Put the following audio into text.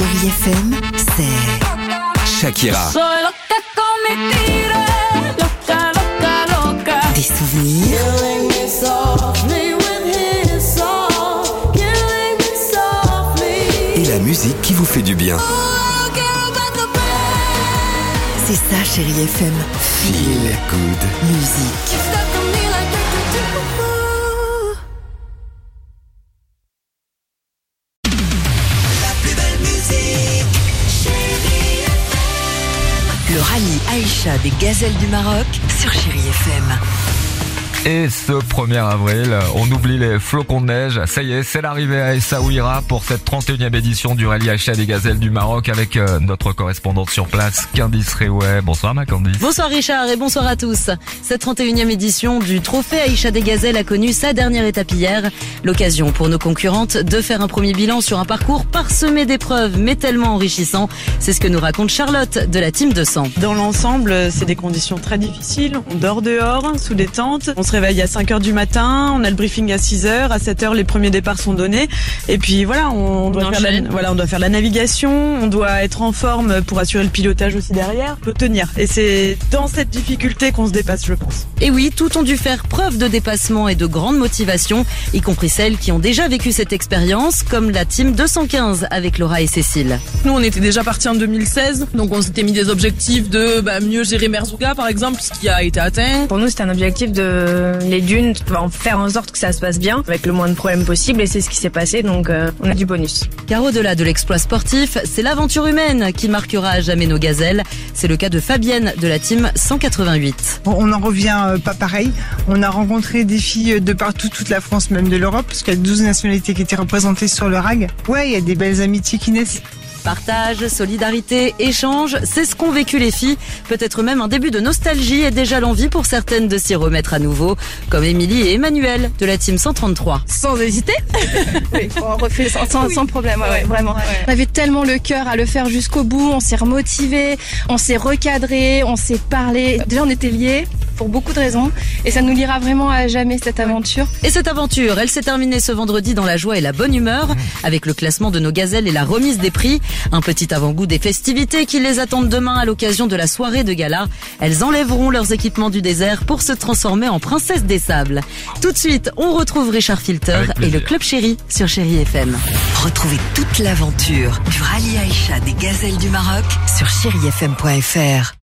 Chérie FM, c'est Shakira. des souvenirs, Et la musique qui vous fait du bien. c'est ça Chérie FM. Feel good. Musique. Le rallye Aïcha des gazelles du Maroc sur Chérie FM. Et ce 1er avril, on oublie les flocons de neige. Ça y est, c'est l'arrivée à Essaouira pour cette 31e édition du rallye Aïcha des gazelles du Maroc avec notre correspondante sur place, Candice Réouet. Bonsoir ma Candice. Bonsoir Richard et bonsoir à tous. Cette 31e édition du Trophée Aïcha des Gazelles a connu sa dernière étape hier. L'occasion pour nos concurrentes de faire un premier bilan sur un parcours parsemé d'épreuves mais tellement enrichissant. C'est ce que nous raconte Charlotte de la Team 200. Dans l'ensemble, c'est des conditions très difficiles. On dort dehors, sous des tentes. On se réveille à 5h du matin. On a le briefing à 6h. À 7h, les premiers départs sont donnés. Et puis voilà, on doit faire la navigation. On doit être en forme pour assurer le pilotage aussi derrière. On peut tenir. Et c'est dans cette difficulté qu'on se dépasse, je pense. Et oui, tous ont dû faire preuve de dépassement et de grande motivation, y compris celles qui ont déjà vécu cette expérience, comme la Team 215 avec Laura et Cécile. Nous, on était déjà partis en 2016, donc on s'était mis des objectifs de mieux gérer Merzouga, par exemple, ce qui a été atteint. Pour nous, c'était un objectif de les dunes, faire en sorte que ça se passe bien, avec le moins de problèmes possible, et c'est ce qui s'est passé, donc on a du bonus. Car au-delà de l'exploit sportif, c'est l'aventure humaine qui marquera à jamais nos gazelles. C'est le cas de Fabienne de la Team 188. On n'en revient pas pareil. On a rencontré des filles de partout, toute la France, même de l'Europe, parce qu'il y a 12 nationalités qui étaient représentées sur le RAG. Ouais, il y a des belles amitiés qui naissent. Partage, solidarité, échange, c'est ce qu'ont vécu les filles. Peut-être même un début de nostalgie et déjà l'envie pour certaines de s'y remettre à nouveau, comme Émilie et Emmanuel de la Team 133. Sans hésiter. Oui, on refait sans problème, ouais, vraiment. Ouais. On avait tellement le cœur à le faire jusqu'au bout, on s'est remotivé, on s'est recadré, on s'est parlé. Déjà, on était liés pour beaucoup de raisons et ça nous liera vraiment à jamais cette aventure. Et cette aventure, elle s'est terminée ce vendredi dans la joie et la bonne humeur, avec le classement de nos gazelles et la remise des prix. Un petit avant-goût des festivités qui les attendent demain à l'occasion de la soirée de gala. Elles enlèveront leurs équipements du désert pour se transformer en princesses des sables. Tout de suite, on retrouve Richard Filter et le Club Chéri sur Chéri FM. Retrouvez toute l'aventure du rallye Aïcha des gazelles du Maroc sur chérifm.fr.